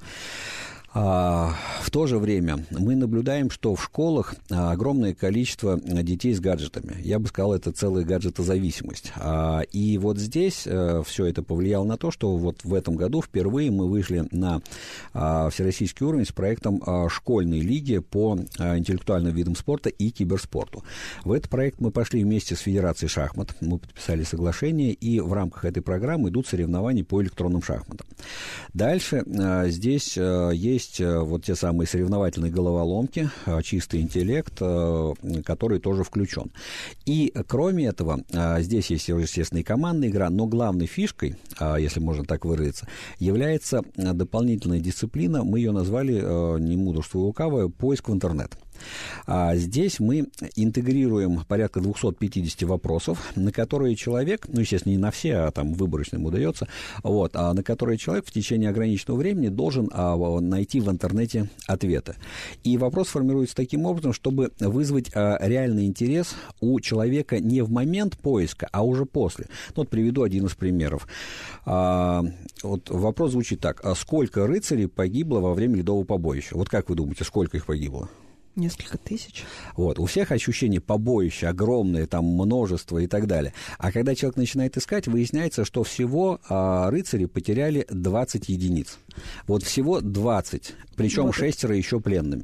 В то же время мы наблюдаем, что в школах огромное количество детей с гаджетами. Я бы сказал, это целая гаджетозависимость. И вот здесь все это повлияло на то, что вот в этом году впервые мы вышли на всероссийский уровень с проектом школьной лиги по интеллектуальным видам спорта и киберспорту. В этот проект мы пошли вместе с Федерацией шахмат. Мы подписали соглашение, и в рамках этой программы идут соревнования по электронным шахматам. Дальше здесь есть Есть вот те самые соревновательные головоломки, чистый интеллект, который тоже включен. И кроме этого, здесь есть, естественно, и командная игра, но главной фишкой, если можно так выразиться, является дополнительная дисциплина, мы ее назвали, не мудрство лукавое, поиск в интернет. А здесь мы интегрируем порядка двести пятьдесят вопросов, на которые человек, ну, естественно, не на все, а там выборочно ему удается, вот, а на которые человек в течение ограниченного времени должен а, найти в интернете ответы. И вопрос формируется таким образом, чтобы вызвать а, реальный интерес у человека не в момент поиска, а уже после. Ну, вот приведу один из примеров. А, вот вопрос звучит так. А сколько рыцарей погибло во время ледового побоища? Вот как вы думаете, сколько их погибло? Несколько тысяч. Вот. У всех ощущение побоища огромное, там множество и так далее. А когда человек начинает искать, выясняется, что всего а, рыцари потеряли двадцать единиц. Вот всего двадцать, причем вот шестеро еще пленными.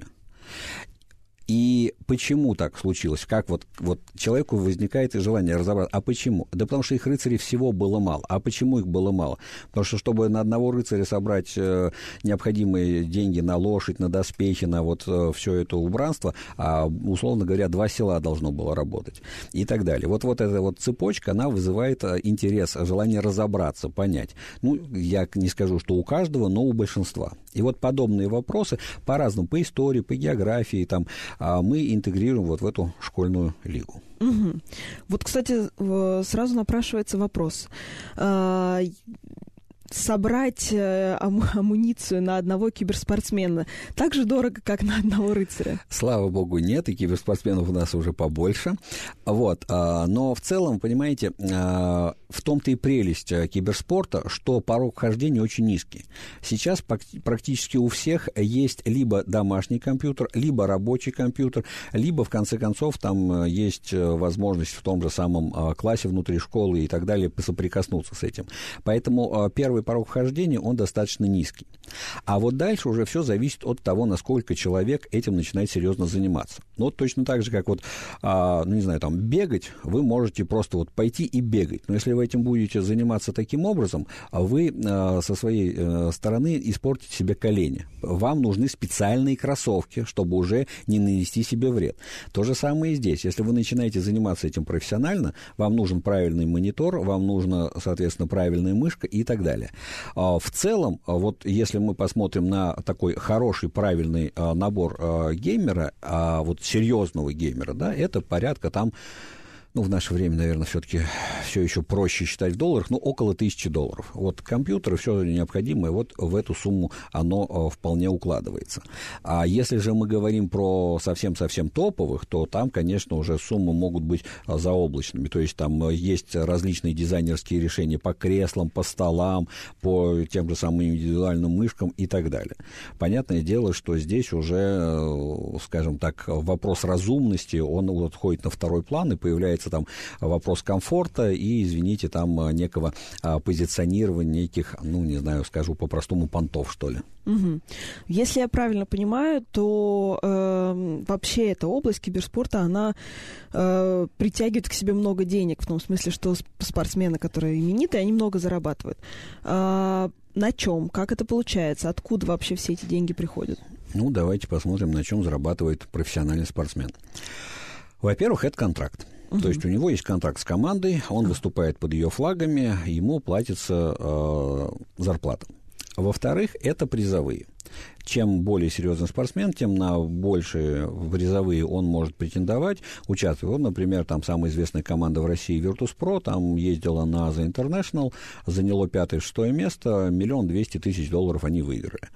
И почему так случилось? Как вот, вот человеку возникает желание разобраться. А почему? Да потому что их рыцарей всего было мало. А почему их было мало? Потому что, чтобы на одного рыцаря собрать э, необходимые деньги на лошадь, на доспехи, на вот э, все это убранство, а, условно говоря, два села должно было работать. И так далее. Вот, вот эта вот цепочка, она вызывает интерес, желание разобраться, понять. Ну, я не скажу, что у каждого, но у большинства. И вот подобные вопросы по-разному, по истории, по географии, там, мы интегрируем вот в эту школьную лигу. Угу. Вот, кстати, сразу напрашивается вопрос. Собрать амуницию на одного киберспортсмена так же дорого, как на одного рыцаря? Слава богу, нет, и киберспортсменов у нас уже побольше. Вот. Но в целом, понимаете, в том-то и прелесть киберспорта, что порог вхождения очень низкий. Сейчас практически у всех есть либо домашний компьютер, либо рабочий компьютер, либо, в конце концов, там есть возможность в том же самом классе внутри школы и так далее соприкоснуться с этим. Поэтому первый порог вхождения, он достаточно низкий. А вот дальше уже все зависит от того, насколько человек этим начинает серьезно заниматься. Ну, вот точно так же, как вот, а, ну, не знаю, там, бегать, вы можете просто вот пойти и бегать. Но если вы этим будете заниматься таким образом, вы а, со своей а, стороны испортите себе колени. Вам нужны специальные кроссовки, чтобы уже не нанести себе вред. То же самое и здесь. Если вы начинаете заниматься этим профессионально, вам нужен правильный монитор, вам нужна, соответственно, правильная мышка и так далее. В целом, вот если мы посмотрим на такой хороший, правильный набор геймера, вот серьезного геймера, да, это порядка там ну, в наше время, наверное, все-таки все еще проще считать в долларах, но около тысячи долларов. Вот компьютеры, все необходимое, вот в эту сумму оно вполне укладывается. А если же мы говорим про совсем-совсем топовых, то там, конечно, уже суммы могут быть заоблачными. То есть там есть различные дизайнерские решения по креслам, по столам, по тем же самым индивидуальным мышкам и так далее. Понятное дело, что здесь уже, скажем так, вопрос разумности, он отходит на второй план, и появляется там вопрос комфорта и, извините, там некого а, позиционирования, неких, ну, не знаю, скажу по-простому, понтов, что ли. Угу. Если я правильно понимаю, то э, вообще эта область киберспорта, она э, притягивает к себе много денег, в том смысле, что спортсмены, которые именитые, они много зарабатывают. А на чем? Как это получается? Откуда вообще все эти деньги приходят? Ну, давайте посмотрим, на чем зарабатывает профессиональный спортсмен. Во-первых, это контракт. Uh-huh. То есть у него есть контракт с командой, он uh-huh. выступает под ее флагами, ему платится э, зарплата. Во-вторых, это призовые. Чем более серьезный спортсмен, тем на большие призовые он может претендовать, участвовать. Вот, например, там самая известная команда в России Virtus.pro, там ездила на The International, заняло пятое-шестое место, миллион двести тысяч долларов они выиграли.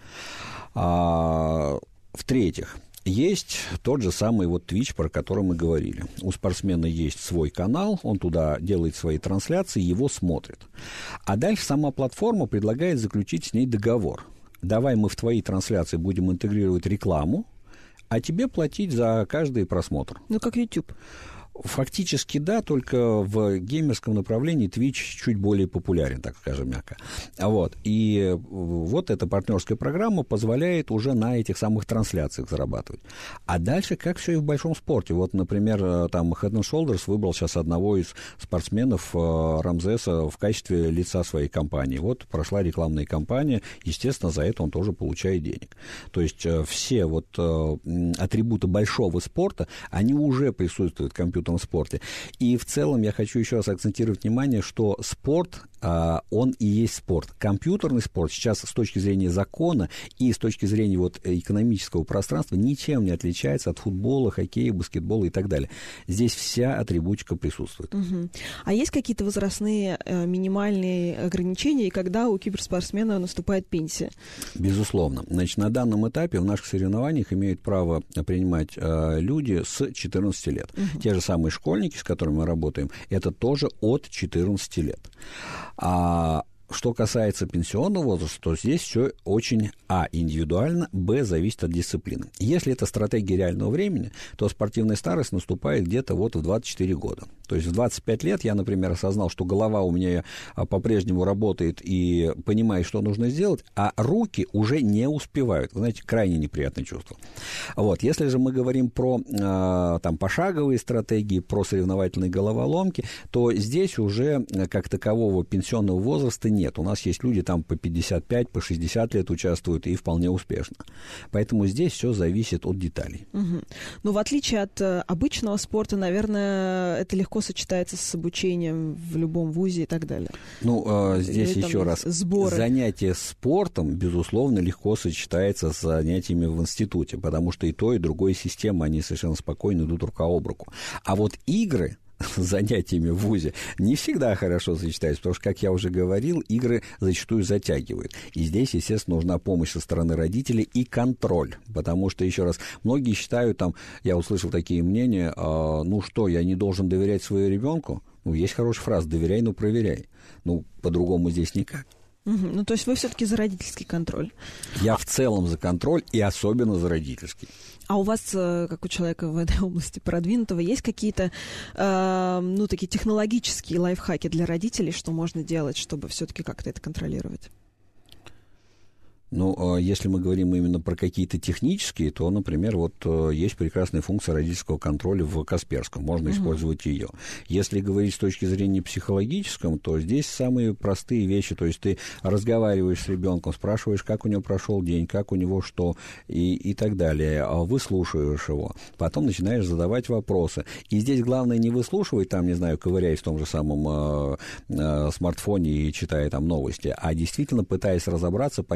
А, в-третьих, есть тот же самый вот Twitch, про который мы говорили. У спортсмена есть свой канал, он туда делает свои трансляции, его смотрят. А дальше сама платформа предлагает заключить с ней договор. Давай мы в твои трансляции будем интегрировать рекламу, а тебе платить за каждый просмотр. Ну, как YouTube. Фактически, да, только в геймерском направлении Twitch чуть более популярен, так скажем, мягко. Вот. И вот эта партнерская программа позволяет уже на этих самых трансляциях зарабатывать. А дальше, как все и в большом спорте. Вот, например, там Head and Shoulders выбрал сейчас одного из спортсменов, Рамзеса, в качестве лица своей компании. Вот прошла рекламная кампания, естественно, за это он тоже получает денег. То есть все вот атрибуты большого спорта, они уже присутствуют в компьютерном спорте. И в целом я хочу еще раз акцентировать внимание, что спорт, он и есть спорт. Компьютерный спорт сейчас с точки зрения закона и с точки зрения вот экономического пространства ничем не отличается от футбола, хоккея, баскетбола и так далее. Здесь вся атрибутика присутствует. Угу. А есть какие-то возрастные э, минимальные ограничения, и когда у киберспортсмена наступает пенсия? Безусловно. Значит, на данном этапе в наших соревнованиях имеют право принимать э, люди с четырнадцати лет. Угу. Те же самые школьники, с которыми мы работаем, это тоже от четырнадцати лет. А что касается пенсионного возраста, то здесь все очень, а, индивидуально, б, зависит от дисциплины. Если это стратегия реального времени, то спортивная старость наступает где-то вот в двадцать четыре года. То есть в двадцать пять лет я, например, осознал, что голова у меня по-прежнему работает и понимаю, что нужно сделать, а руки уже не успевают. Вы знаете, крайне неприятное чувство. Вот. Если же мы говорим про э, там, пошаговые стратегии, про соревновательные головоломки, то здесь уже как такового пенсионного возраста нет. Нет, у нас есть люди там по пятьдесят пять, по шестьдесят лет участвуют и вполне успешно. Поэтому здесь все зависит от деталей. Угу. Ну, в отличие от э, обычного спорта, наверное, это легко сочетается с обучением в любом вузе и так далее. Ну, э, здесь Или, еще там, раз. Сборы. Занятие спортом, безусловно, легко сочетается с занятиями в институте, потому что и то, и другая система, они совершенно спокойно идут рука об руку. А вот игры с занятиями в вузе не всегда хорошо сочетаются, потому что, как я уже говорил, игры зачастую затягивают. И здесь, естественно, нужна помощь со стороны родителей и контроль, потому что, еще раз, многие считают, там, я услышал такие мнения, э, ну что, я не должен доверять своему ребенку? Ну, есть хорошая фраза, доверяй, но проверяй. Ну, по-другому здесь никак. Угу. Ну, то есть вы все-таки за родительский контроль? Я в целом за контроль, и особенно за родительский. А у вас, как у человека в этой области продвинутого, есть какие-то, э, ну, такие технологические лайфхаки для родителей, что можно делать, чтобы все-таки как-то это контролировать? Ну, если мы говорим именно про какие-то технические, то, например, вот есть прекрасная функция родительского контроля в Касперском, можно uh-huh. использовать ее. Если говорить с точки зрения психологической, то здесь самые простые вещи, то есть ты разговариваешь с ребенком, спрашиваешь, как у него прошел день, как у него что, и, и так далее, выслушиваешь его, потом начинаешь задавать вопросы. И здесь главное не выслушивать, там, не знаю, ковыряясь в том же самом э, э, смартфоне и читая там новости, а действительно пытаясь разобраться, понять, про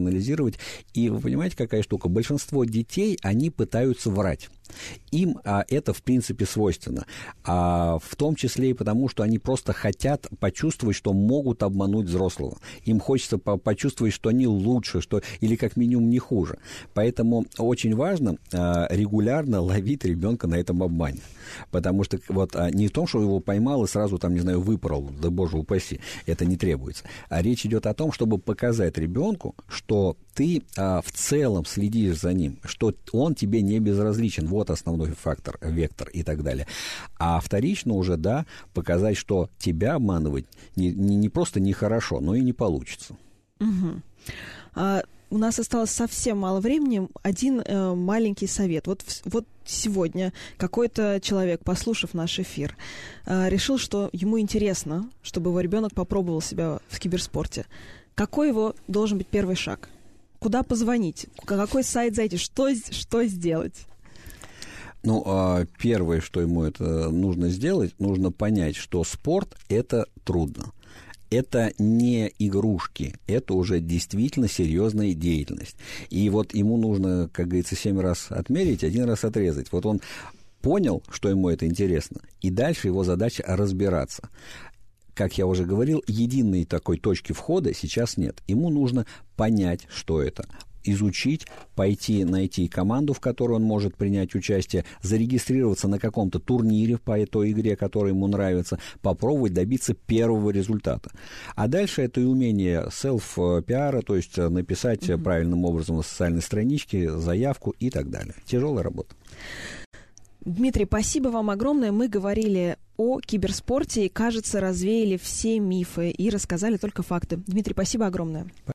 анализировать. И вы понимаете, какая штука? Большинство детей, они пытаются врать. Им а, это, в принципе, свойственно. А, в том числе и потому, что они просто хотят почувствовать, что могут обмануть взрослого. Им хочется по- почувствовать, что они лучше, что, или как минимум не хуже. Поэтому очень важно а, регулярно ловить ребенка на этом обмане. Потому что вот а, не в том, что его поймал и сразу, там, не знаю, выпорол, да боже упаси, это не требуется. А речь идет о том, чтобы показать ребенку, что ты а, в целом следишь за ним, что он тебе не безразличен. Вот основной фактор, вектор и так далее. А вторично уже, да, показать, что тебя обманывать не, не, не просто нехорошо, но и не получится. Угу. А, у нас осталось совсем мало времени. Один э, маленький совет. Вот, вот сегодня какой-то человек, послушав наш эфир, э, решил, что ему интересно, чтобы его ребенок попробовал себя в киберспорте. Какой его должен быть первый шаг? Куда позвонить? Какой сайт зайти? Что, что сделать? Ну, первое, что ему это нужно сделать, нужно понять, что спорт – это трудно. Это не игрушки, это уже действительно серьезная деятельность. И вот ему нужно, как говорится, семь раз отмерить, один раз отрезать. Вот он понял, что ему это интересно, и дальше его задача разбираться. Как я уже говорил, единой такой точки входа сейчас нет. Ему нужно понять, что это, изучить, пойти найти команду, в которой он может принять участие, зарегистрироваться на каком-то турнире по той игре, которая ему нравится, попробовать добиться первого результата. А дальше это и умение селф-пиара, то есть написать mm-hmm. правильным образом на социальной страничке заявку и так далее. Тяжелая работа. Дмитрий, спасибо вам огромное. Мы говорили о киберспорте и, кажется, развеяли все мифы и рассказали только факты. Дмитрий, спасибо огромное.